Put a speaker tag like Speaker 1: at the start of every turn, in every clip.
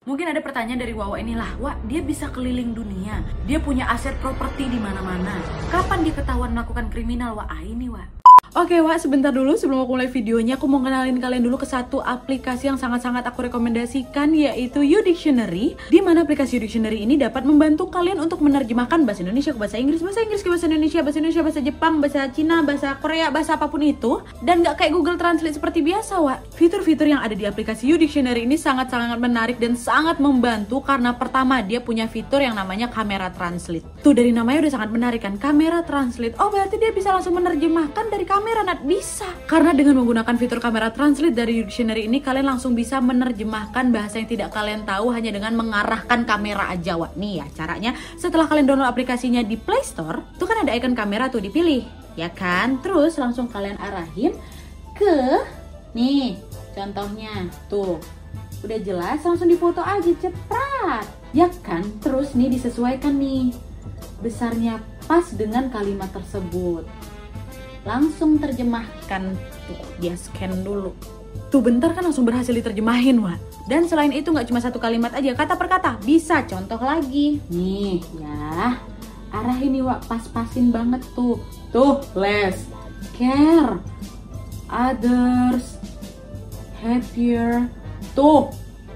Speaker 1: Mungkin ada pertanyaan dari Wawa inilah, Wah, dia bisa keliling dunia, dia punya aset properti di mana-mana. Kapan dia ketahuan melakukan kriminal? Wah, ini Wah. Oke Wak, sebentar dulu sebelum aku mulai videonya, aku mau kenalin kalian dulu ke satu aplikasi yang sangat-sangat aku rekomendasikan, yaitu YouDictionary. Di mana aplikasi YouDictionary ini dapat membantu kalian untuk menerjemahkan bahasa Indonesia ke bahasa Inggris ke bahasa Indonesia, bahasa Jepang, bahasa Cina, bahasa Korea, bahasa apapun itu. Dan gak kayak Google Translate seperti biasa Wak. Fitur-fitur yang ada di aplikasi YouDictionary ini sangat-sangat menarik dan sangat membantu karena pertama, dia punya fitur yang namanya kamera translate. Tuh dari namanya udah sangat menarik kan, kamera translate. Oh berarti dia bisa langsung menerjemahkan dari kamera. Bisa, karena dengan menggunakan fitur kamera translate dari YouDictionary ini, kalian langsung bisa menerjemahkan bahasa yang tidak kalian tahu hanya dengan mengarahkan kamera aja Wak. Nih ya caranya, setelah kalian download aplikasinya di Play Store, tuh kan ada icon kamera tuh, dipilih ya kan, terus langsung kalian arahin ke nih contohnya tuh, udah jelas langsung difoto aja, cepet ya kan. Terus nih disesuaikan nih besarnya pas dengan kalimat tersebut, langsung terjemahkan. Tuh dia scan dulu, tuh bentar kan langsung berhasil diterjemahin Wak. Dan selain itu nggak cuma satu kalimat aja, kata per kata bisa. Contoh lagi nih ya, arahin nih Wak, pas-pasin banget tuh. Tuh less care others happier, tuh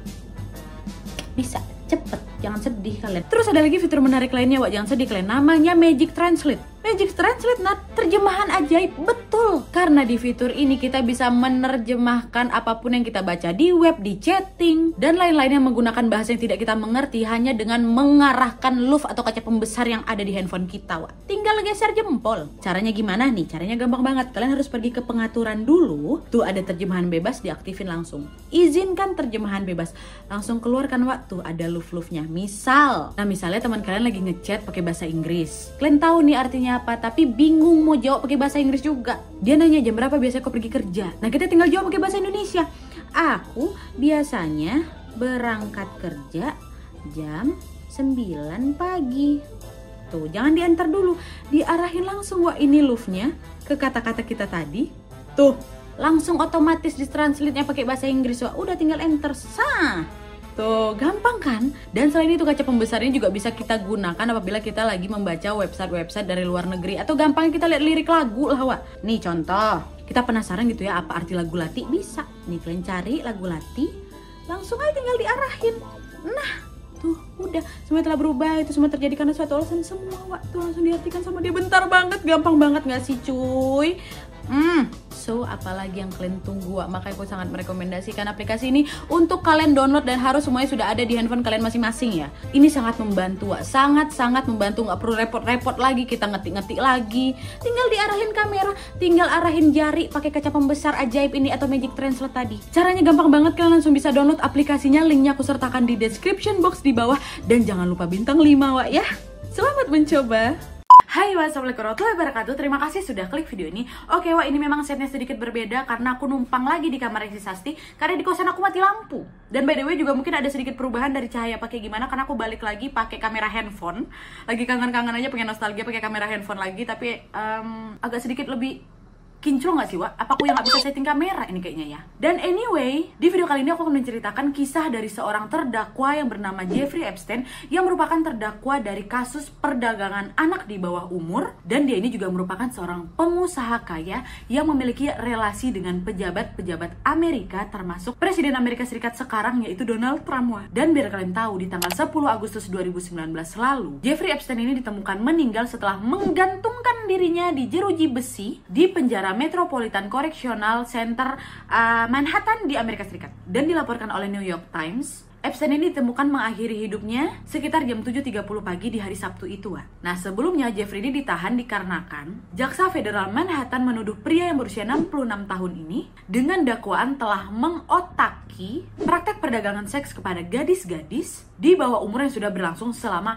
Speaker 1: bisa cepet, jangan sedih kalian. Terus ada lagi fitur menarik lainnya Wak, jangan sedih kalian, namanya Magic Translate. Magic Translate, nah terjemahan ajaib, betul. Karena di fitur ini kita bisa menerjemahkan apapun yang kita baca di web, di chatting, dan lain-lainnya menggunakan bahasa yang tidak kita mengerti hanya dengan mengarahkan luv atau kaca pembesar yang ada di handphone kita Wak. Tinggal geser jempol. Caranya gimana nih? Caranya gampang banget. Kalian harus pergi ke pengaturan dulu. Tuh ada terjemahan bebas, diaktifin langsung. Izinkan terjemahan bebas. Langsung keluarkan Wak, tuh ada luv-luvnya. Misalnya teman kalian lagi ngechat pakai bahasa Inggris. Kalian tahu nih artinya apa, tapi bingung mau jawab pakai bahasa Inggris juga. Dia nanya jam berapa biasanya kau pergi kerja. Nah kita tinggal jawab pakai bahasa Indonesia. Aku biasanya berangkat kerja jam 9 pagi. Tuh jangan diantar dulu, diarahin langsung Wak ini luv-nya ke kata-kata kita tadi. Tuh langsung otomatis ditranslate-nya pakai bahasa Inggris Wak. Udah tinggal enter, sah. Tuh, gampang kan? Dan selain itu kaca pembesarnya juga bisa kita gunakan apabila kita lagi membaca website-website dari luar negeri. Atau gampang kita lihat lirik lagu lah Wak. Nih contoh, kita penasaran gitu ya apa arti lagu Lati, bisa. Nih kalian cari lagu Lati, langsung aja tinggal diarahin. Nah, tuh udah, semua telah berubah, itu semua terjadi karena suatu alasan semua Wak. Tuh langsung diartikan sama dia, bentar banget, gampang banget gak sih cuy? So, apalagi yang kalian tunggu Wak? Makanya aku sangat merekomendasikan aplikasi ini untuk kalian download dan harus semuanya sudah ada di handphone kalian masing-masing ya. Ini sangat membantu Wak, sangat-sangat membantu, nggak perlu repot-repot lagi kita ngetik-ngetik lagi. Tinggal diarahin kamera, tinggal arahin jari pakai kaca pembesar ajaib ini atau Magic Translate tadi. Caranya gampang banget, kalian langsung bisa download aplikasinya, linknya aku sertakan di description box di bawah. Dan jangan lupa bintang 5 Wak ya. Selamat mencoba. Hai, wassalamualaikum warahmatullahi wabarakatuh. Terima kasih sudah klik video ini. Oke Wak, ini memang setnya sedikit berbeda karena aku numpang lagi di kamar si Sasti karena di kosan aku mati lampu. Dan by the way juga mungkin ada sedikit perubahan dari cahaya pakai gimana karena aku balik lagi pakai kamera handphone. Lagi kangen-kangen aja, pengen nostalgia pakai kamera handphone lagi, tapi agak sedikit lebih kinclong gak sih Wak? Apa aku yang gak bisa setting kamera ini kayaknya ya? Dan anyway, di video kali ini aku akan menceritakan kisah dari seorang terdakwa yang bernama Jeffrey Epstein, yang merupakan terdakwa dari kasus perdagangan anak di bawah umur. Dan dia ini juga merupakan seorang pengusaha kaya yang memiliki relasi dengan pejabat-pejabat Amerika, termasuk Presiden Amerika Serikat sekarang yaitu Donald Trump Wak. Dan biar kalian tahu, di tanggal 10 Agustus 2019 lalu, Jeffrey Epstein ini ditemukan meninggal setelah menggantungkan dirinya di jeruji besi di penjara Metropolitan Correctional Center Manhattan di Amerika Serikat. Dan dilaporkan oleh New York Times, Epstein ini ditemukan mengakhiri hidupnya sekitar jam 7.30 pagi di hari Sabtu itu Wak. Nah sebelumnya Jeffrey ini ditahan dikarenakan Jaksa Federal Manhattan menuduh pria yang berusia 66 tahun ini dengan dakwaan telah mengotaki praktek perdagangan seks kepada gadis-gadis di bawah umur yang sudah berlangsung selama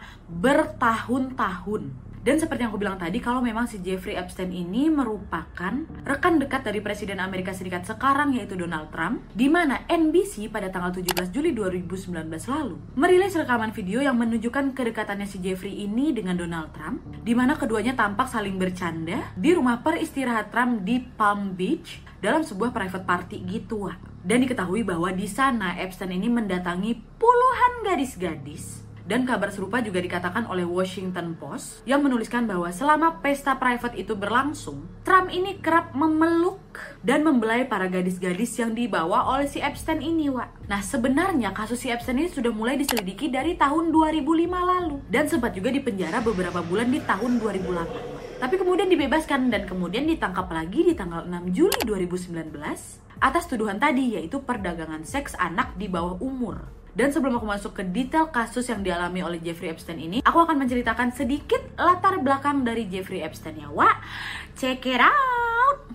Speaker 1: bertahun-tahun. Dan seperti yang aku bilang tadi, kalau memang si Jeffrey Epstein ini merupakan rekan dekat dari Presiden Amerika Serikat sekarang yaitu Donald Trump, di mana NBC pada tanggal 17 Juli 2019 lalu merilis rekaman video yang menunjukkan kedekatannya si Jeffrey ini dengan Donald Trump, di mana keduanya tampak saling bercanda di rumah peristirahat Trump di Palm Beach dalam sebuah private party gitu Wak. Dan diketahui bahwa di sana Epstein ini mendatangi puluhan gadis-gadis. Dan kabar serupa juga dikatakan oleh Washington Post yang menuliskan bahwa selama pesta private itu berlangsung, Trump ini kerap memeluk dan membelai para gadis-gadis yang dibawa oleh si Epstein ini, Wak. Nah, sebenarnya kasus si Epstein ini sudah mulai diselidiki dari tahun 2005 lalu dan sempat juga dipenjara beberapa bulan di tahun 2008. Tapi kemudian dibebaskan dan kemudian ditangkap lagi di tanggal 6 Juli 2019 atas tuduhan tadi, yaitu perdagangan seks anak di bawah umur. Dan sebelum aku masuk ke detail kasus yang dialami oleh Jeffrey Epstein ini, aku akan menceritakan sedikit latar belakang dari Jeffrey Epstein ya, Wak. Check it out!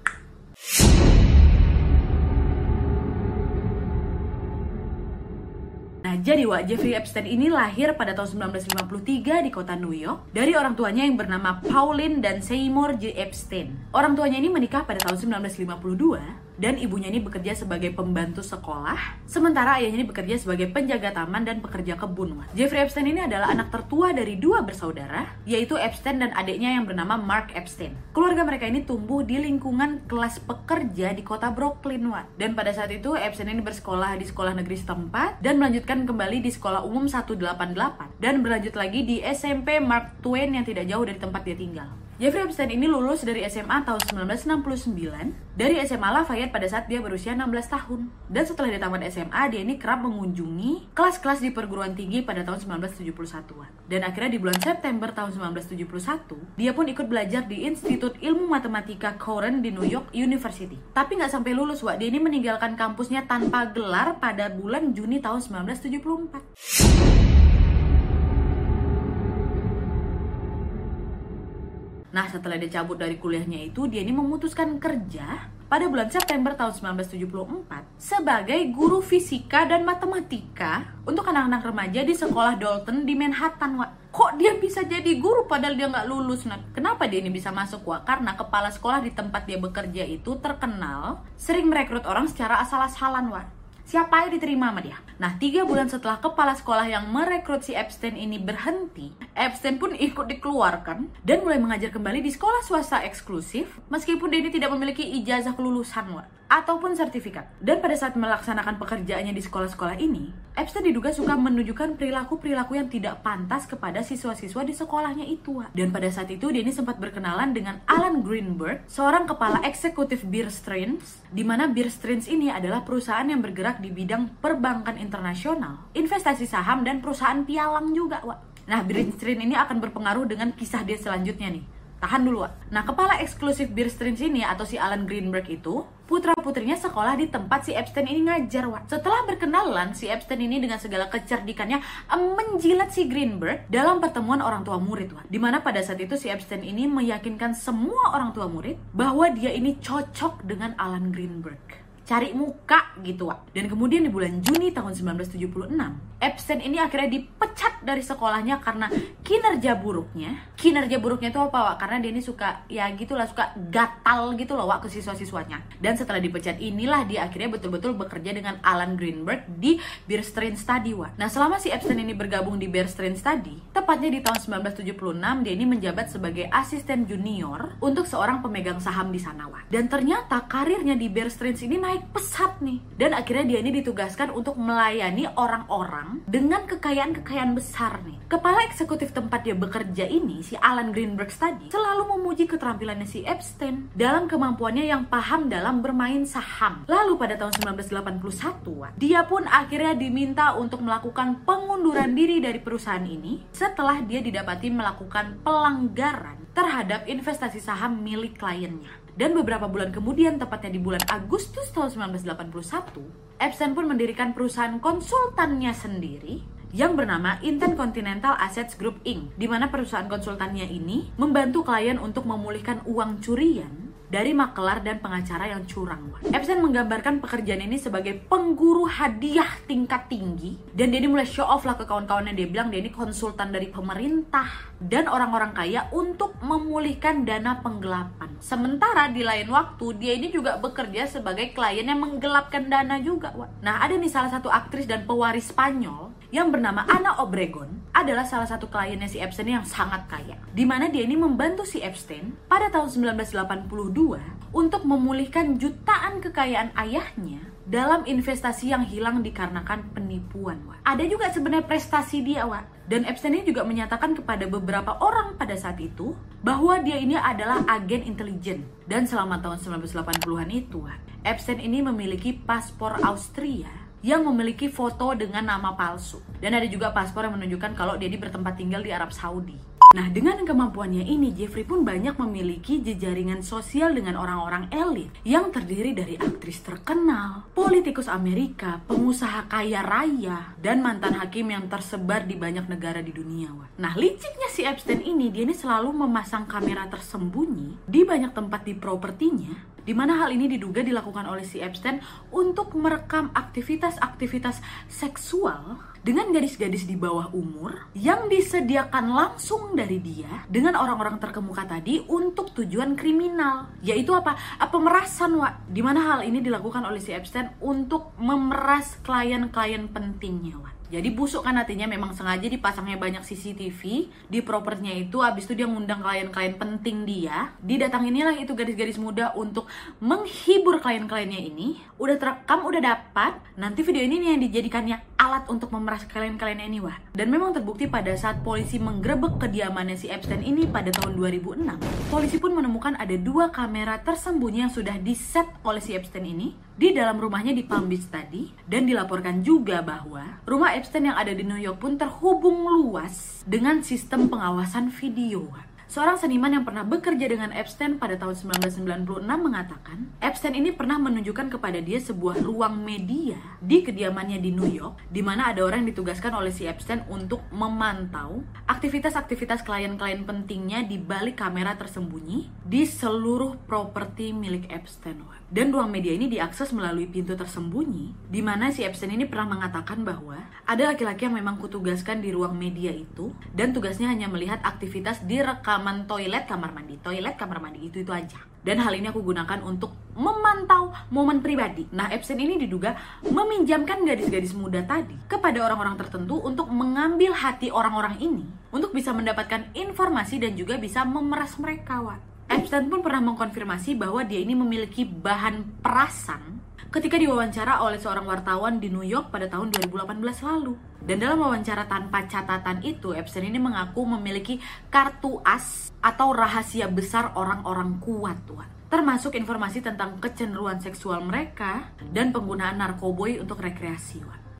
Speaker 1: Nah, jadi Wak, Jeffrey Epstein ini lahir pada tahun 1953 di kota New York dari orang tuanya yang bernama Pauline dan Seymour J. Epstein. Orang tuanya ini menikah pada tahun 1952 dan ibunya ini bekerja sebagai pembantu sekolah, sementara ayahnya ini bekerja sebagai penjaga taman dan pekerja kebun. Jeffrey Epstein ini adalah anak tertua dari dua bersaudara, yaitu Epstein dan adiknya yang bernama Mark Epstein. Keluarga mereka ini tumbuh di lingkungan kelas pekerja di kota Brooklyn, Wak. Dan pada saat itu Epstein ini bersekolah di sekolah negeri setempat dan melanjutkan kembali di sekolah umum 188 dan berlanjut lagi di SMP Mark Twain yang tidak jauh dari tempat dia tinggal. Jeffrey Epstein ini lulus dari SMA tahun 1969 dari SMA Lafayette pada saat dia berusia 16 tahun. Dan setelah dia tamat SMA, dia ini kerap mengunjungi kelas-kelas di perguruan tinggi pada tahun 1971-an. Dan akhirnya di bulan September tahun 1971, dia pun ikut belajar di Institut Ilmu Matematika Cornell di New York University. Tapi nggak sampai lulus, Wak. Dia ini meninggalkan kampusnya tanpa gelar pada bulan Juni tahun 1974. Nah, setelah dia cabut dari kuliahnya itu, dia ini memutuskan kerja pada bulan September tahun 1974 sebagai guru fisika dan matematika untuk anak-anak remaja di sekolah Dalton di Manhattan, Wak. Kok dia bisa jadi guru padahal dia nggak lulus? Nah, kenapa dia ini bisa masuk, Wak? Karena kepala sekolah di tempat dia bekerja itu terkenal sering merekrut orang secara asal-asalan, Wak. Siapa yang diterima sama dia? Nah, 3 bulan setelah kepala sekolah yang merekrut si Epstein ini berhenti, Epstein pun ikut dikeluarkan dan mulai mengajar kembali di sekolah swasta eksklusif meskipun dia ini tidak memiliki ijazah kelulusan, Wak, ataupun sertifikat. Dan pada saat melaksanakan pekerjaannya di sekolah-sekolah ini, Epstein diduga suka menunjukkan perilaku-perilaku yang tidak pantas kepada siswa-siswa di sekolahnya itu, Wak. Dan pada saat itu dia ini sempat berkenalan dengan Alan Greenberg, seorang kepala eksekutif Bear Stearns, di mana Bear Stearns ini adalah perusahaan yang bergerak di bidang perbankan internasional, investasi saham, dan perusahaan pialang juga, Wak. Nah, Bear Stearns ini akan berpengaruh dengan kisah dia selanjutnya nih. Tahan dulu, Wak. Nah, kepala eksklusif Bear Stearns ini atau si Alan Greenberg itu, putra-putrinya sekolah di tempat si Epstein ini ngajar, Wak. Setelah berkenalan, si Epstein ini dengan segala kecerdikannya menjilat si Greenberg dalam pertemuan orang tua murid, Wak. Dimana pada saat itu si Epstein ini meyakinkan semua orang tua murid bahwa dia ini cocok dengan Alan Greenberg. Cari muka gitu, Wak. Dan kemudian di bulan Juni tahun 1976, Epstein ini akhirnya dipecat dari sekolahnya karena kinerja buruknya. Kinerja buruknya itu apa, Wak? Karena dia ini suka, ya gitulah, suka gatal gitu loh, Wak, ke siswa-siswanya. Dan setelah dipecat inilah dia akhirnya betul-betul bekerja dengan Alan Greenberg di Bear Stearns tadi, Wak. Nah, selama si Epstein ini bergabung di Bear Stearns tadi, tepatnya di tahun 1976, dia ini menjabat sebagai asisten junior untuk seorang pemegang saham di sana, Wak. Dan ternyata karirnya di Bear Stearns ini naik pesat nih. Dan akhirnya dia ini ditugaskan untuk melayani orang-orang dengan kekayaan-kekayaan besar nih. Kepala eksekutif tempat dia bekerja ini, si Alan Greenberg tadi, selalu memuji keterampilannya si Epstein dalam kemampuannya yang paham dalam bermain saham. Lalu pada tahun 1981, dia pun akhirnya diminta untuk melakukan pengunduran diri dari perusahaan ini setelah dia didapati melakukan pelanggaran terhadap investasi saham milik kliennya. Dan beberapa bulan kemudian, tepatnya di bulan Agustus tahun 1981, Epstein pun mendirikan perusahaan konsultannya sendiri yang bernama Intercontinental Assets Group Inc. Di mana perusahaan konsultannya ini membantu klien untuk memulihkan uang curian dari makelar dan pengacara yang curang. Epstein menggambarkan pekerjaan ini sebagai pengguru hadiah tingkat tinggi, dan dia ini mulai show off lah ke kawan-kawannya. Dia bilang dia ini konsultan dari pemerintah dan orang-orang kaya untuk memulihkan dana penggelapan. Sementara di lain waktu dia ini juga bekerja sebagai klien yang menggelapkan dana juga, Wak. Nah, ada nih salah satu aktris dan pewaris Spanyol yang bernama Ana Obregon, adalah salah satu kliennya si Epstein yang sangat kaya, di mana dia ini membantu si Epstein pada tahun 1982 untuk memulihkan jutaan kekayaan ayahnya dalam investasi yang hilang dikarenakan penipuan, Wak. Ada juga sebenarnya prestasi dia, Wak. Dan Epstein ini juga menyatakan kepada beberapa orang pada saat itu bahwa dia ini adalah agen intelijen. Dan selama tahun 1980-an itu, Wak, Epstein ini memiliki paspor Austria yang memiliki foto dengan nama palsu. Dan ada juga paspor yang menunjukkan kalau dia bertempat tinggal di Arab Saudi. Nah, dengan kemampuannya ini, Jeffrey pun banyak memiliki jejaringan sosial dengan orang-orang elit yang terdiri dari aktris terkenal, politikus Amerika, pengusaha kaya raya, dan mantan hakim yang tersebar di banyak negara di dunia. Nah, liciknya si Epstein ini, dia ini selalu memasang kamera tersembunyi di banyak tempat di propertinya, di mana hal ini diduga dilakukan oleh si Epstein untuk merekam aktivitas seksual dengan gadis-gadis di bawah umur yang disediakan langsung dari dia dengan orang-orang terkemuka tadi untuk tujuan kriminal, yaitu apa? Pemerasan, Wak. Di mana hal ini dilakukan oleh si Epstein untuk memeras klien-klien pentingnya, Wak. Jadi busuk kan hatinya, memang sengaja dipasangnya banyak CCTV di propertinya itu. Habis itu dia ngundang klien-klien penting dia. Didatanginilah itu gadis-gadis muda untuk menghibur klien-kliennya ini. Udah terekam, udah dapat. Nanti video ini nih yang dijadikannya alat untuk memeras klien-kliennya ini, wah. Dan memang terbukti pada saat polisi menggerebek kediamannya si Epstein ini pada tahun 2006. Polisi pun menemukan ada 2 kamera tersembunyi yang sudah di-set oleh si Epstein ini di dalam rumahnya di Palm Beach tadi. Dan dilaporkan juga bahwa rumah Epstein yang ada di New York pun terhubung luas dengan sistem pengawasan video. Seorang seniman yang pernah bekerja dengan Epstein pada tahun 1996 mengatakan, Epstein ini pernah menunjukkan kepada dia sebuah ruang media di kediamannya di New York, di mana ada orang yang ditugaskan oleh si Epstein untuk memantau aktivitas-aktivitas klien-klien pentingnya di balik kamera tersembunyi di seluruh properti milik Epstein. Dan ruang media ini diakses melalui pintu tersembunyi, di mana si Epstein ini pernah mengatakan bahwa ada laki-laki yang memang kutugaskan di ruang media itu, dan tugasnya hanya melihat aktivitas di rekaman toilet, kamar mandi, itu aja. Dan hal ini aku gunakan untuk memantau momen pribadi. Nah, Epstein ini diduga meminjamkan gadis-gadis muda tadi kepada orang-orang tertentu untuk mengambil hati orang-orang ini, untuk bisa mendapatkan informasi dan juga bisa memeras mereka, Wak. Epstein pun pernah mengkonfirmasi bahwa dia ini memiliki bahan perasan ketika diwawancara oleh seorang wartawan di New York pada tahun 2018 lalu. Dan dalam wawancara tanpa catatan itu, Epstein ini mengaku memiliki kartu as atau rahasia besar orang-orang kuat, termasuk informasi tentang kecenderungan seksual mereka dan penggunaan narkoboy untuk rekreasi.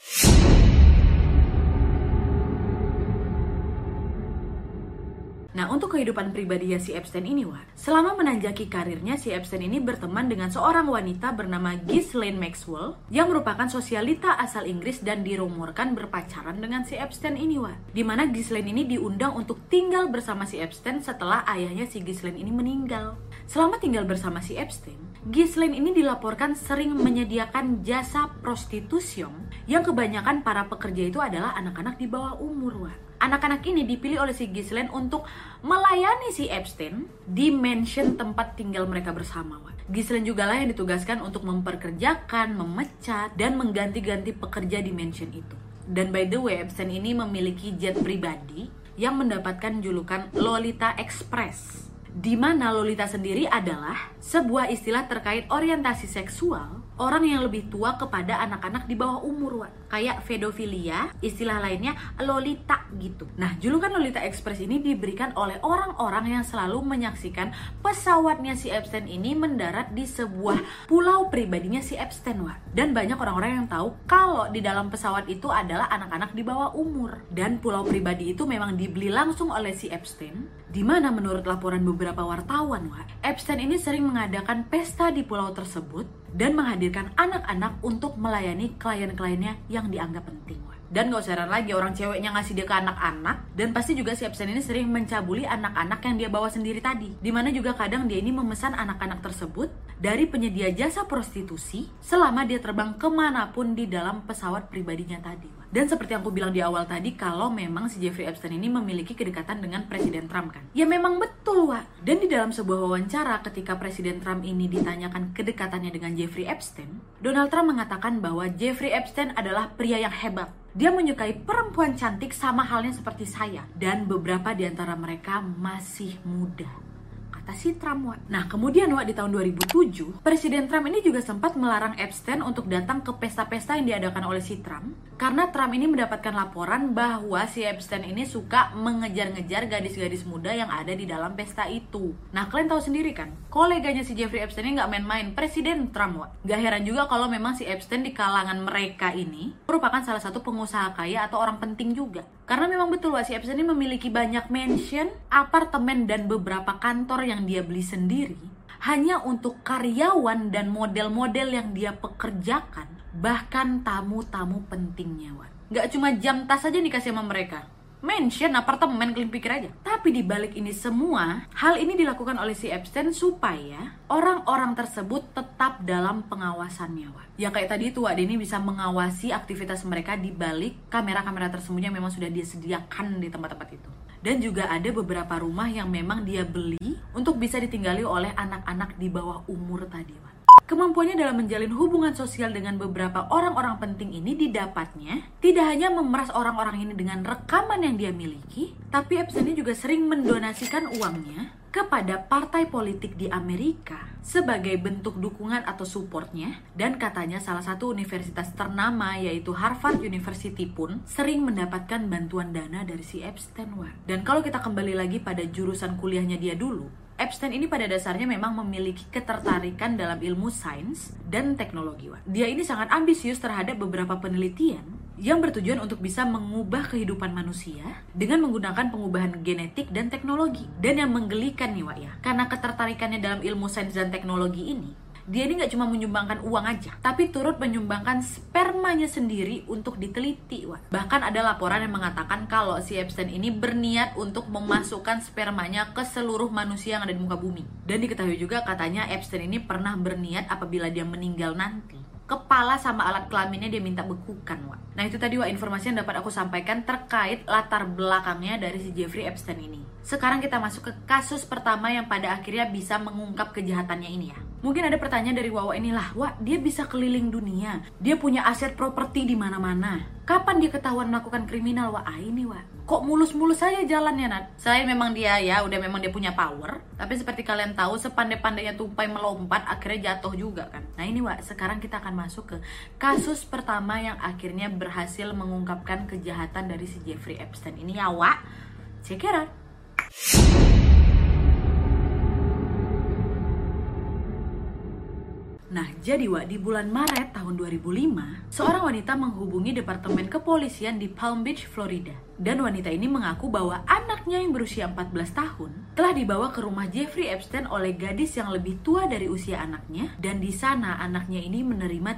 Speaker 1: Nah, untuk kehidupan pribadinya si Epstein ini, selama menanjaki karirnya, si Epstein ini berteman dengan seorang wanita bernama Ghislaine Maxwell yang merupakan sosialita asal Inggris dan dirumorkan berpacaran dengan si Epstein ini, di mana Ghislaine ini diundang untuk tinggal bersama si Epstein setelah ayahnya si Ghislaine ini meninggal. Selama tinggal bersama si Epstein, Ghislaine ini dilaporkan sering menyediakan jasa prostitusi yang kebanyakan para pekerja itu adalah anak-anak di bawah umur, Anak-anak ini dipilih oleh si Ghislaine untuk melayani si Epstein di mansion tempat tinggal mereka bersama. Ghislaine juga lah yang ditugaskan untuk memperkerjakan, memecat, dan mengganti-ganti pekerja di mansion itu. Dan by the way, Epstein ini memiliki jet pribadi yang mendapatkan julukan Lolita Express, di mana Lolita sendiri adalah sebuah istilah terkait orientasi seksual orang yang lebih tua kepada anak-anak di bawah umur, kayak pedofilia, istilah lainnya Lolita gitu. Nah, julukan Lolita Express ini diberikan oleh orang-orang yang selalu menyaksikan pesawatnya si Epstein ini mendarat di sebuah pulau pribadinya si Epstein, Dan banyak orang-orang yang tahu kalau di dalam pesawat itu adalah anak-anak di bawah umur. Dan pulau pribadi itu memang dibeli langsung oleh si Epstein, di mana menurut laporan beberapa wartawan, Epstein ini sering mengadakan pesta di pulau tersebut dan menghadirkan anak-anak untuk melayani klien-kliennya yang dianggap penting. Dan gak usah heran lagi orang ceweknya ngasih dia ke anak-anak. Dan pasti juga si Epstein ini sering mencabuli anak-anak yang dia bawa sendiri tadi. Dimana juga kadang dia ini memesan anak-anak tersebut dari penyedia jasa prostitusi selama dia terbang kemanapun di dalam pesawat pribadinya tadi. Dan seperti yang aku bilang di awal tadi, kalau memang si Jeffrey Epstein ini memiliki kedekatan dengan Presiden Trump, kan? Ya memang betul, Dan di dalam sebuah wawancara ketika Presiden Trump ini ditanyakan kedekatannya dengan Jeffrey Epstein, Donald Trump mengatakan bahwa Jeffrey Epstein adalah pria yang hebat. Dia menyukai perempuan cantik sama halnya seperti saya, dan beberapa di antara mereka masih muda. kata si Trump, Wak. Nah, kemudian, Wak, di tahun 2007, Presiden Trump ini juga sempat melarang Epstein untuk datang ke pesta-pesta yang diadakan oleh si Trump, karena Trump ini mendapatkan laporan bahwa si Epstein ini suka mengejar-ngejar gadis-gadis muda yang ada di dalam pesta itu. Nah, kalian tahu sendiri kan, koleganya si Jeffrey Epstein ini nggak main-main, Presiden Trump, Wak. Gak heran juga kalau memang si Epstein di kalangan mereka ini merupakan salah satu pengusaha kaya atau orang penting juga. Karena memang betul, Wak, si Epstein ini memiliki banyak mansion, apartemen, dan beberapa kantor yang dia beli sendiri hanya untuk karyawan dan model-model yang dia pekerjakan, bahkan tamu-tamu pentingnya, Wak. Gak cuma jam tas aja dikasih sama mereka, mansion, apartemen, kalian pikir aja. Tapi di balik ini semua, hal ini dilakukan oleh si Epstein supaya orang-orang tersebut tetap dalam pengawasannya, Wak. Ya kayak tadi itu, Wak, Denny bisa mengawasi aktivitas mereka di balik kamera-kamera tersembunyi yang memang sudah dia sediakan di tempat-tempat itu. Dan juga ada beberapa rumah yang memang dia beli untuk bisa ditinggali oleh anak-anak di bawah umur tadi, Wak. Kemampuannya dalam menjalin hubungan sosial dengan beberapa orang-orang penting ini didapatnya tidak hanya memeras orang-orang ini dengan rekaman yang dia miliki, tapi Epstein juga sering mendonasikan uangnya kepada partai politik di Amerika sebagai bentuk dukungan atau supportnya. Dan katanya salah satu universitas ternama yaitu Harvard University pun sering mendapatkan bantuan dana dari si Epstein, Wak. Dan kalau kita kembali lagi pada jurusan kuliahnya dia dulu, Epstein ini pada dasarnya memang memiliki ketertarikan dalam ilmu sains dan teknologi, Wak. Dia ini sangat ambisius terhadap beberapa penelitian yang bertujuan untuk bisa mengubah kehidupan manusia dengan menggunakan pengubahan genetik dan teknologi. Dan yang menggelikan nih, Wak, ya, karena ketertarikannya dalam ilmu sains dan teknologi ini, dia ini nggak cuma menyumbangkan uang aja, tapi turut menyumbangkan spermanya sendiri untuk diteliti, Wak. Bahkan ada laporan yang mengatakan kalau si Epstein ini berniat untuk memasukkan spermanya ke seluruh manusia yang ada di muka bumi. Dan diketahui juga katanya Epstein ini pernah berniat apabila dia meninggal nanti, kepala sama alat kelaminnya dia minta bekukan, Wak. Nah itu tadi, Wak, informasi yang dapat aku sampaikan terkait latar belakangnya dari si Jeffrey Epstein ini. Sekarang kita masuk ke kasus pertama yang pada akhirnya bisa mengungkap kejahatannya ini, ya. Mungkin ada pertanyaan dari Wawa inilah, Wak, dia bisa keliling dunia, dia punya aset properti di mana-mana. Kapan dia ketahuan melakukan kriminal, Wak? Ini, Wak, kok mulus-mulus saja jalannya, Nat? Selain memang dia memang dia punya power, tapi seperti kalian tahu, sepandai-pandainya tupai melompat, akhirnya jatuh juga kan. Nah ini, Wak, sekarang kita akan masuk ke kasus pertama yang akhirnya berhasil mengungkapkan kejahatan dari si Jeffrey Epstein ini, ya, Wak. Check it out. Nah, jadi, Wak, di bulan Maret tahun 2005, seorang wanita menghubungi Departemen Kepolisian di Palm Beach, Florida. Dan wanita ini mengaku bahwa anaknya yang berusia 14 tahun telah dibawa ke rumah Jeffrey Epstein oleh gadis yang lebih tua dari usia anaknya. Dan di sana anaknya ini menerima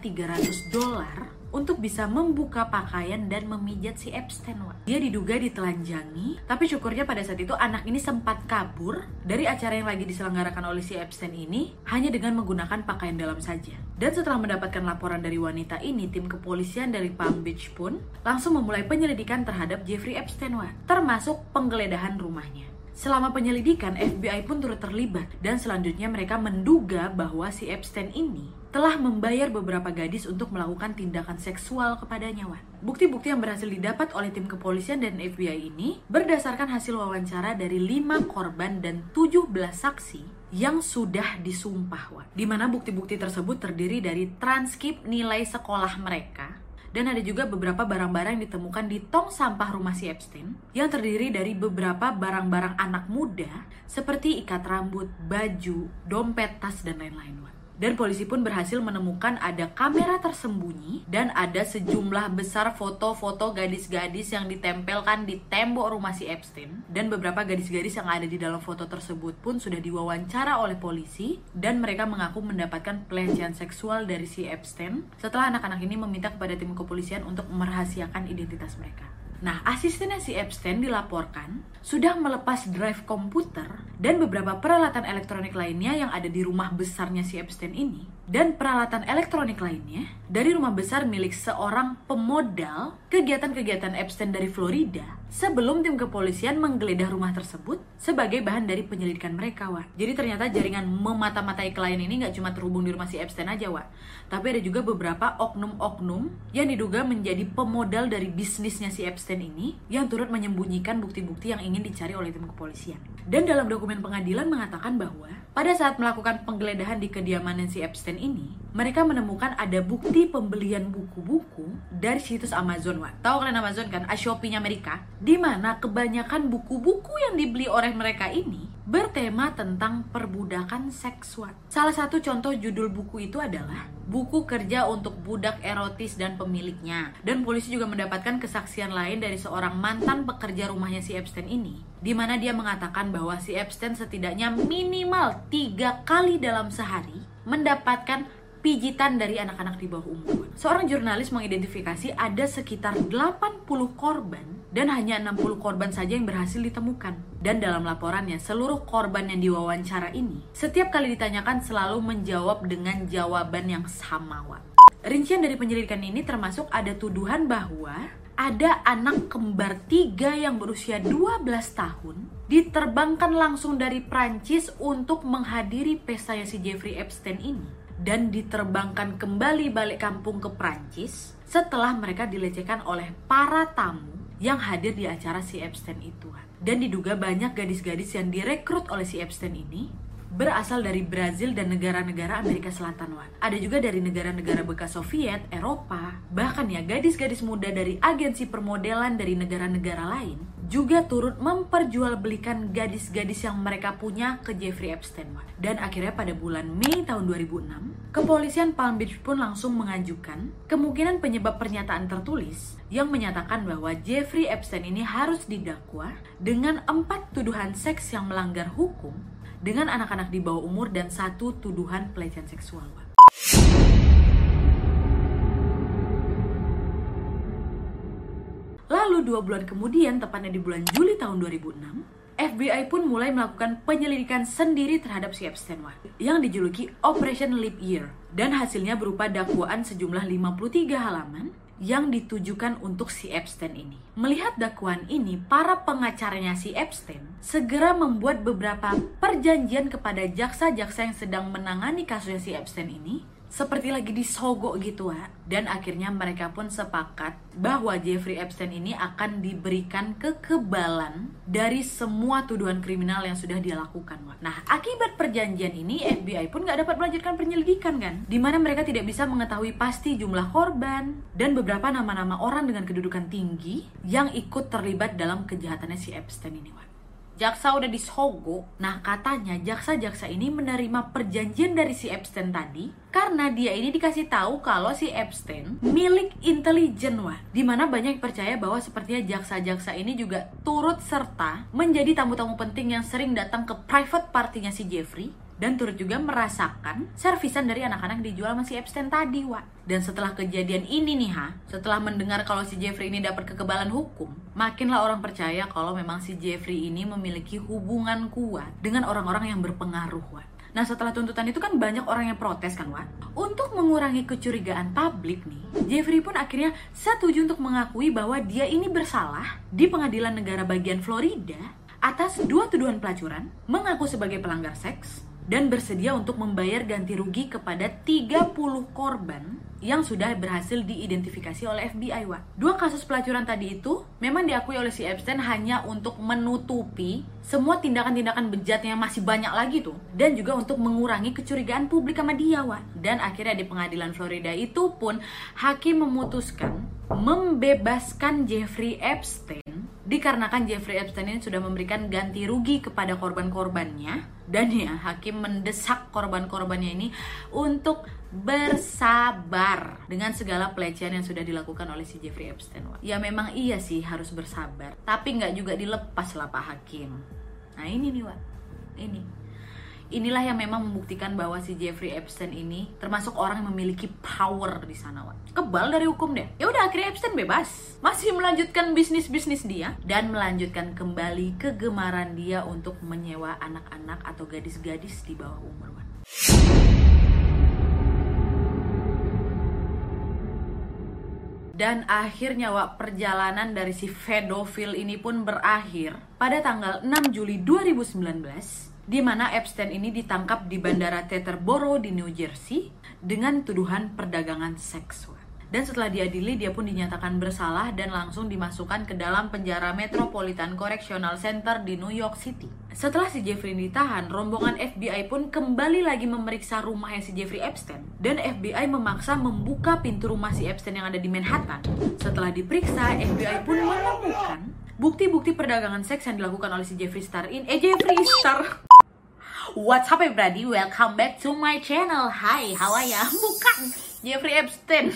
Speaker 1: $300 untuk bisa membuka pakaian dan memijat si Epstein, Wak. Dia diduga ditelanjangi, tapi syukurnya pada saat itu anak ini sempat kabur dari acara yang lagi diselenggarakan oleh si Epstein ini hanya dengan menggunakan pakaian dalam saja. Dan setelah mendapatkan laporan dari wanita ini, tim kepolisian dari Palm Beach pun langsung memulai penyelidikan terhadap Jeffrey Epstein, Wak, termasuk penggeledahan rumahnya. Selama penyelidikan, FBI pun turut terlibat dan selanjutnya mereka menduga bahwa si Epstein ini telah membayar beberapa gadis untuk melakukan tindakan seksual kepadanya, Wak. Bukti-bukti yang berhasil didapat oleh tim kepolisian dan FBI ini berdasarkan hasil wawancara dari 5 korban dan 17 saksi yang sudah disumpah, Wak. Di mana bukti-bukti tersebut terdiri dari transkrip nilai sekolah mereka. Dan ada juga beberapa barang-barang yang ditemukan di tong sampah rumah si Epstein yang terdiri dari beberapa barang-barang anak muda seperti ikat rambut, baju, dompet, tas, dan lain-lain. Dan polisi pun berhasil menemukan ada kamera tersembunyi dan ada sejumlah besar foto-foto gadis-gadis yang ditempelkan di tembok rumah si Epstein. Dan beberapa gadis-gadis yang ada di dalam foto tersebut pun sudah diwawancara oleh polisi dan mereka mengaku mendapatkan pelecehan seksual dari si Epstein setelah anak-anak ini meminta kepada tim kepolisian untuk merahasiakan identitas mereka. Nah, asistennya si Epstein dilaporkan sudah melepas drive komputer dan beberapa peralatan elektronik lainnya yang ada di rumah besarnya si Epstein ini, dan peralatan elektronik lainnya dari rumah besar milik seorang pemodal kegiatan-kegiatan Epstein dari Florida sebelum tim kepolisian menggeledah rumah tersebut sebagai bahan dari penyelidikan mereka, Wak. Jadi ternyata jaringan memata-matai klien ini nggak cuma terhubung di rumah si Epstein aja, Wak, tapi ada juga beberapa oknum-oknum yang diduga menjadi pemodal dari bisnisnya si Epstein ini yang turut menyembunyikan bukti-bukti yang ingin dicari oleh tim kepolisian. Dan dalam dokumen pengadilan mengatakan bahwa pada saat melakukan penggeledahan di kediaman si Epstein ini, mereka menemukan ada bukti pembelian buku-buku dari situs Amazon. Wah, tahu kalian Amazon kan? Shopee-nya Amerika. Di mana kebanyakan buku-buku yang dibeli oleh mereka ini bertema tentang perbudakan seksual. Salah satu contoh judul buku itu adalah Buku Kerja untuk Budak Erotis dan Pemiliknya. Dan polisi juga mendapatkan kesaksian lain dari seorang mantan pekerja rumahnya si Epstein ini, di mana dia mengatakan bahwa si Epstein setidaknya minimal 3 kali dalam sehari mendapatkan pijitan dari anak-anak di bawah umur. Seorang jurnalis mengidentifikasi ada sekitar 80 korban dan hanya 60 korban saja yang berhasil ditemukan. Dan dalam laporannya, seluruh korban yang diwawancara ini setiap kali ditanyakan selalu menjawab dengan jawaban yang sama. Rincian dari penyelidikan ini termasuk ada tuduhan bahwa ada anak kembar 3 yang berusia 12 tahun diterbangkan langsung dari Prancis untuk menghadiri pestanya si Jeffrey Epstein ini, dan diterbangkan kembali balik kampung ke Prancis setelah mereka dilecehkan oleh para tamu yang hadir di acara si Epstein itu. Dan diduga banyak gadis-gadis yang direkrut oleh si Epstein ini berasal dari Brazil dan negara-negara Amerika Selatan. Ada juga dari negara-negara bekas Soviet, Eropa, bahkan ya gadis-gadis muda dari agensi permodelan dari negara-negara lain juga turut memperjualbelikan gadis-gadis yang mereka punya ke Jeffrey Epstein. Dan akhirnya pada bulan Mei tahun 2006, kepolisian Palm Beach pun langsung mengajukan kemungkinan penyebab pernyataan tertulis yang menyatakan bahwa Jeffrey Epstein ini harus didakwa dengan 4 tuduhan seks yang melanggar hukum dengan anak-anak di bawah umur dan 1 tuduhan pelecehan seksual. Lalu 2 bulan kemudian, tepatnya di bulan Juli tahun 2006, FBI pun mulai melakukan penyelidikan sendiri terhadap si Epstein yang dijuluki Operation Leap Year, dan hasilnya berupa dakwaan sejumlah 53 halaman yang ditujukan untuk si Epstein ini. Melihat dakwaan ini, para pengacaranya si Epstein segera membuat beberapa perjanjian kepada jaksa-jaksa yang sedang menangani kasusnya si Epstein ini, seperti lagi disogok gitu. Dan akhirnya mereka pun sepakat bahwa Jeffrey Epstein ini akan diberikan kekebalan dari semua tuduhan kriminal yang sudah dia lakukan. Nah, akibat perjanjian ini FBI pun gak dapat melanjutkan penyelidikan kan, dimana mereka tidak bisa mengetahui pasti jumlah korban dan beberapa nama-nama orang dengan kedudukan tinggi yang ikut terlibat dalam kejahatannya si Epstein ini. Jaksa udah disogok. Nah, katanya jaksa-jaksa ini menerima perjanjian dari si Epstein tadi karena dia ini dikasih tahu kalau si Epstein milik intelijen. Dimana banyak yang percaya bahwa sepertinya jaksa-jaksa ini juga turut serta menjadi tamu-tamu penting yang sering datang ke private partinya si Jeffrey, dan turut juga merasakan servisan dari anak-anak dijual sama si Epstein tadi. Dan setelah kejadian ini nih setelah mendengar kalau si Jeffrey ini dapat kekebalan hukum, makinlah orang percaya kalau memang si Jeffrey ini memiliki hubungan kuat dengan orang-orang yang berpengaruh. Nah, setelah tuntutan itu kan banyak orang yang protes kan. Untuk mengurangi kecurigaan publik nih, Jeffrey pun akhirnya setuju untuk mengakui bahwa dia ini bersalah di pengadilan negara bagian Florida atas 2 tuduhan pelacuran, mengaku sebagai pelanggar seks, dan bersedia untuk membayar ganti rugi kepada 30 korban yang sudah berhasil diidentifikasi oleh FBI. 2 kasus pelacuran tadi itu memang diakui oleh si Epstein hanya untuk menutupi semua tindakan-tindakan bejatnya yang masih banyak lagi tuh, dan juga untuk mengurangi kecurigaan publik sama dia. Dan akhirnya di pengadilan Florida itu pun hakim memutuskan membebaskan Jeffrey Epstein dikarenakan Jeffrey Epstein ini sudah memberikan ganti rugi kepada korban-korbannya. Dan ya, hakim mendesak korban-korbannya ini untuk bersabar dengan segala pelecehan yang sudah dilakukan oleh si Jeffrey Epstein. Ya memang iya sih harus bersabar, tapi nggak juga dilepas lah Pak Hakim. Nah ini nih inilah yang memang membuktikan bahwa si Jeffrey Epstein ini termasuk orang yang memiliki power di sana. Kebal dari hukum deh. Ya udah, akhirnya Epstein bebas, masih melanjutkan bisnis dia dan melanjutkan kembali kegemaran dia untuk menyewa anak-anak atau gadis-gadis di bawah umur. Dan akhirnya perjalanan dari si pedofil ini pun berakhir pada tanggal 6 Juli 2019, di mana Epstein ini ditangkap di Bandara Teterboro di New Jersey dengan tuduhan perdagangan seks. Dan setelah diadili, dia pun dinyatakan bersalah dan langsung dimasukkan ke dalam penjara Metropolitan Correctional Center di New York City. Setelah si Jeffrey ditahan, rombongan FBI pun kembali lagi memeriksa rumahnya si Jeffrey Epstein. Dan FBI memaksa membuka pintu rumah si Epstein yang ada di Manhattan. Setelah diperiksa, FBI pun menemukan bukti-bukti perdagangan seks yang dilakukan oleh si Jeffree Star. What's up everybody, welcome back to my channel. Hi, how are ya? Bukan Jeffrey Epstein.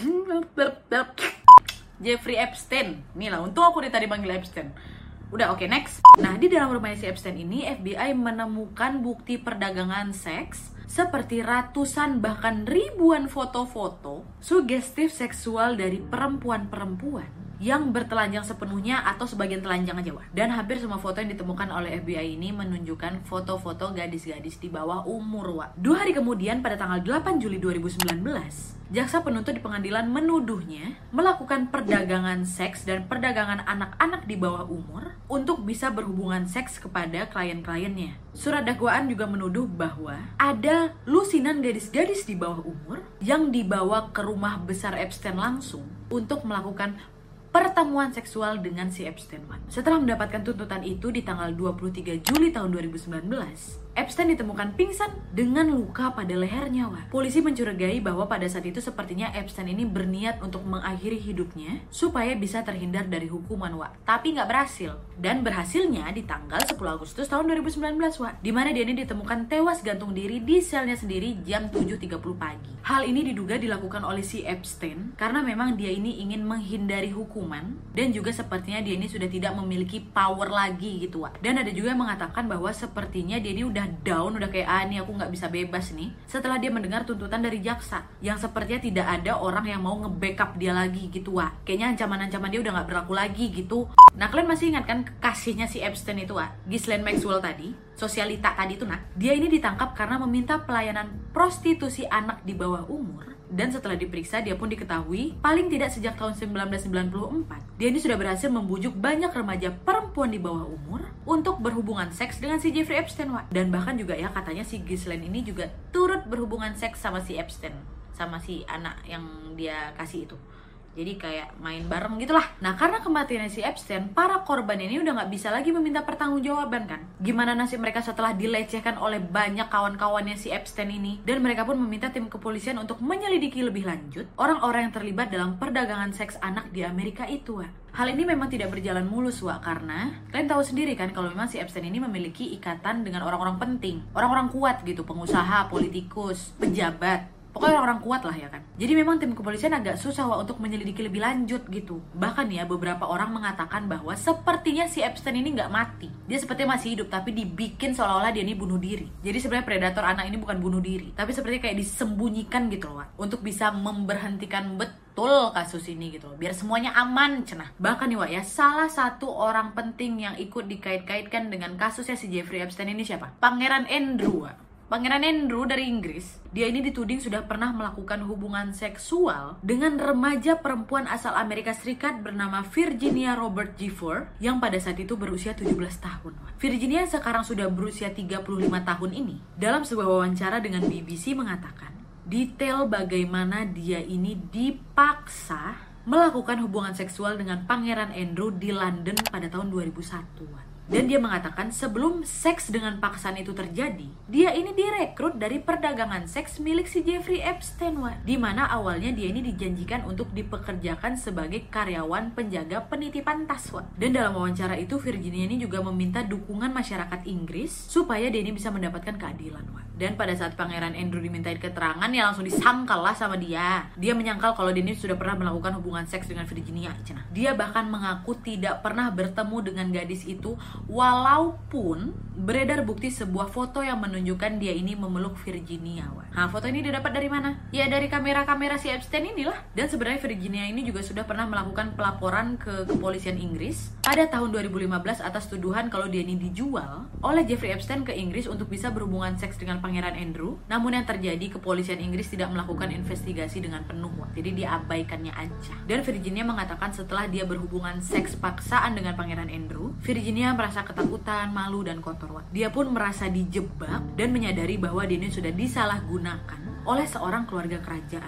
Speaker 1: Jeffrey Epstein. Nih lah, untung aku tadi panggil Epstein. Udah, oke, next. Nah, di dalam rumahnya si Epstein ini, FBI menemukan bukti perdagangan seks seperti ratusan bahkan ribuan foto-foto sugestif seksual dari perempuan-perempuan yang bertelanjang sepenuhnya atau sebagian telanjang aja, wah. Dan hampir semua foto yang ditemukan oleh FBI ini menunjukkan foto-foto gadis-gadis di bawah umur, wah. 2 hari kemudian pada tanggal 8 Juli 2019, jaksa penuntut di pengadilan menuduhnya melakukan perdagangan seks dan perdagangan anak-anak di bawah umur untuk bisa berhubungan seks kepada klien-kliennya. Surat dakwaan juga menuduh bahwa ada lusinan gadis-gadis di bawah umur yang dibawa ke rumah besar Epstein langsung untuk melakukan pertemuan seksual dengan si Epstein. Setelah mendapatkan tuntutan itu di tanggal 23 Juli tahun 2019, Epstein ditemukan pingsan dengan luka pada lehernya, wah. Polisi mencurigai bahwa pada saat itu sepertinya Epstein ini berniat untuk mengakhiri hidupnya supaya bisa terhindar dari hukuman, wah. Tapi nggak berhasil. Dan berhasilnya di tanggal 10 Agustus tahun 2019, wah. Dimana dia ini ditemukan tewas gantung diri di selnya sendiri jam 7.30 pagi. Hal ini diduga dilakukan oleh si Epstein karena memang dia ini ingin menghindari hukuman dan juga sepertinya dia ini sudah tidak memiliki power lagi gitu, wah. Dan ada juga yang mengatakan bahwa sepertinya dia ini udah down, udah kayak nih aku nggak bisa bebas nih setelah dia mendengar tuntutan dari jaksa yang sepertinya tidak ada orang yang mau nge-backup dia lagi gitu, wah. Kayaknya ancaman-ancaman dia udah nggak berlaku lagi gitu. Nah, kalian masih ingat kan kekasihnya si Epstein itu, wah, Ghislaine Maxwell tadi, sosialita tadi itu, nah, dia ini ditangkap karena meminta pelayanan prostitusi anak di bawah umur. Dan setelah diperiksa, dia pun diketahui paling tidak sejak tahun 1994 dia ini sudah berhasil membujuk banyak remaja perempuan di bawah umur untuk berhubungan seks dengan si Jeffrey Epstein, wah. Dan bahkan juga ya katanya si Ghislaine ini juga turut berhubungan seks sama si Epstein, sama si anak yang dia kasih itu. Jadi kayak main bareng gitulah. Nah, karena kematiannya si Epstein, para korban ini udah nggak bisa lagi meminta pertanggungjawaban kan. Gimana nasib mereka setelah dilecehkan oleh banyak kawan-kawannya si Epstein ini? Dan mereka pun meminta tim kepolisian untuk menyelidiki lebih lanjut orang-orang yang terlibat dalam perdagangan seks anak di Amerika itu, wah. Hal ini memang tidak berjalan mulus, wah, karena kalian tahu sendiri kan kalau memang si Epstein ini memiliki ikatan dengan orang-orang penting, orang-orang kuat gitu, pengusaha, politikus, pejabat. Pokoknya orang-orang kuat lah ya kan. Jadi memang tim kepolisian agak susah, wah, untuk menyelidiki lebih lanjut gitu. Bahkan ya beberapa orang mengatakan bahwa sepertinya si Epstein ini nggak mati. Dia sepertinya masih hidup tapi dibikin seolah-olah dia ini bunuh diri. Jadi sebenarnya predator anak ini bukan bunuh diri, tapi sepertinya kayak disembunyikan gitu loh, wah, untuk bisa memberhentikan betul kasus ini gitu loh, biar semuanya aman cenah. Bahkan nih, wah, ya, salah satu orang penting yang ikut dikait-kaitkan dengan kasusnya si Jeffrey Epstein ini siapa? Pangeran Andrew, wah. Pangeran Andrew dari Inggris, dia ini dituding sudah pernah melakukan hubungan seksual dengan remaja perempuan asal Amerika Serikat bernama Virginia Robert Gifford yang pada saat itu berusia 17 tahun. Virginia sekarang sudah berusia 35 tahun ini, dalam sebuah wawancara dengan BBC mengatakan detail bagaimana dia ini dipaksa melakukan hubungan seksual dengan Pangeran Andrew di London pada tahun 2001. Dan dia mengatakan sebelum seks dengan paksaan itu terjadi, dia ini direkrut dari perdagangan seks milik si Jeffrey Epstein, wah. Dimana awalnya dia ini dijanjikan untuk dipekerjakan sebagai karyawan penjaga penitipan tas, wah. Dan dalam wawancara itu Virginia ini juga meminta dukungan masyarakat Inggris supaya dia ini bisa mendapatkan keadilan, wah. Dan pada saat Pangeran Andrew dimintain keterangan, ya langsung disangkal lah sama dia. Dia menyangkal kalau dia ini sudah pernah melakukan hubungan seks dengan Virginia, cenah. Dia bahkan mengaku tidak pernah bertemu dengan gadis itu, walaupun beredar bukti sebuah foto yang menunjukkan dia ini memeluk Virginia, wah. Nah, foto ini didapat dari mana? Ya dari kamera-kamera si Epstein inilah. Dan sebenarnya Virginia ini juga sudah pernah melakukan pelaporan ke kepolisian Inggris pada tahun 2015 atas tuduhan kalau dia ini dijual oleh Jeffrey Epstein ke Inggris untuk bisa berhubungan seks dengan Pangeran Andrew. Namun yang terjadi, kepolisian Inggris tidak melakukan investigasi dengan penuh, wah. Jadi diabaikannya aja. Dan Virginia mengatakan setelah dia berhubungan seks paksaan dengan Pangeran Andrew, Virginia merasa ketakutan, malu, dan kotor, wah. Dia pun merasa dijebak dan menyadari bahwa dia ini sudah disalahgunakan oleh seorang keluarga kerajaan, wah.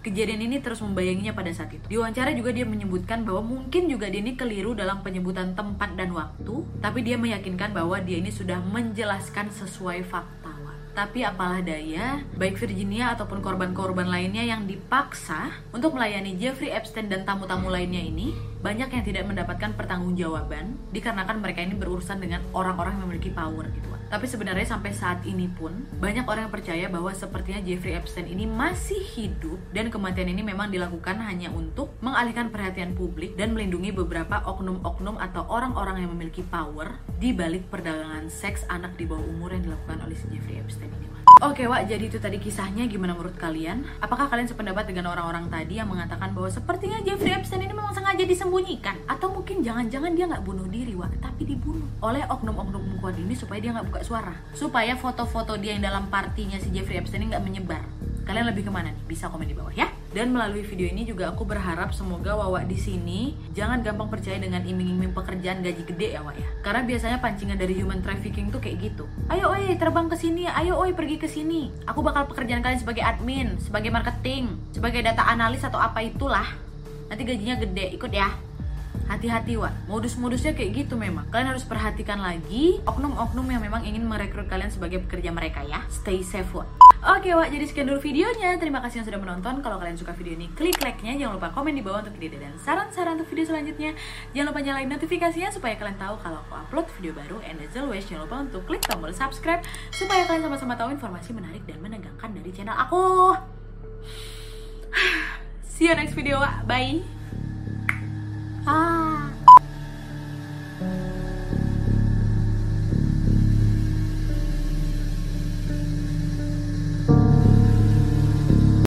Speaker 1: Kejadian ini terus membayanginya pada saat itu. Di wawancara juga dia menyebutkan bahwa mungkin juga dia ini keliru dalam penyebutan tempat dan waktu, tapi dia meyakinkan bahwa dia ini sudah menjelaskan sesuai fakta. Tapi apalah daya, baik Virginia ataupun korban-korban lainnya yang dipaksa untuk melayani Jeffrey Epstein dan tamu-tamu lainnya ini, banyak yang tidak mendapatkan pertanggungjawaban dikarenakan mereka ini berurusan dengan orang-orang yang memiliki power gitu. Tapi sebenarnya sampai saat ini pun banyak orang yang percaya bahwa sepertinya Jeffrey Epstein ini masih hidup dan kematian ini memang dilakukan hanya untuk mengalihkan perhatian publik dan melindungi beberapa oknum-oknum atau orang-orang yang memiliki power di balik perdagangan seks anak di bawah umur yang dilakukan oleh si Jeffrey Epstein ini. Oke Wak, jadi itu tadi kisahnya. Gimana menurut kalian? Apakah kalian sependapat dengan orang-orang tadi yang mengatakan bahwa sepertinya Jeffrey Epstein ini memang sengaja disembunyikan? Atau mungkin jangan-jangan dia nggak bunuh diri Wak, tapi dibunuh oleh oknum-oknum kuat ini supaya dia nggak buka suara, supaya foto-foto dia yang dalam partinya si Jeffrey Epstein ini nggak menyebar. Kalian lebih kemana nih? Bisa komen di bawah ya. Dan melalui video ini juga aku berharap semoga Wawa di sini jangan gampang percaya dengan iming-iming pekerjaan gaji gede ya Wak ya. Karena biasanya pancingan dari human trafficking tuh kayak gitu. Ayo oi terbang ke sini, ayo oi pergi ke sini. Aku bakal pekerjaan kalian sebagai admin, sebagai marketing, sebagai data analis atau apa itulah. Nanti gajinya gede, ikut ya. Hati-hati Wak, modus-modusnya kayak gitu memang. Kalian harus perhatikan lagi oknum-oknum yang memang ingin merekrut kalian sebagai pekerja mereka ya. Stay safe Wak. Oke Wak, jadi sekian dulu videonya. Terima kasih yang sudah menonton. Kalau kalian suka video ini, klik like-nya. Jangan lupa komen di bawah untuk ide dan saran-saran untuk video selanjutnya. Jangan lupa nyalain notifikasinya supaya kalian tahu kalau aku upload video baru. And as always, jangan lupa untuk klik tombol subscribe supaya kalian sama-sama tahu informasi menarik dan menegangkan dari channel aku. See you next video Wak. Bye.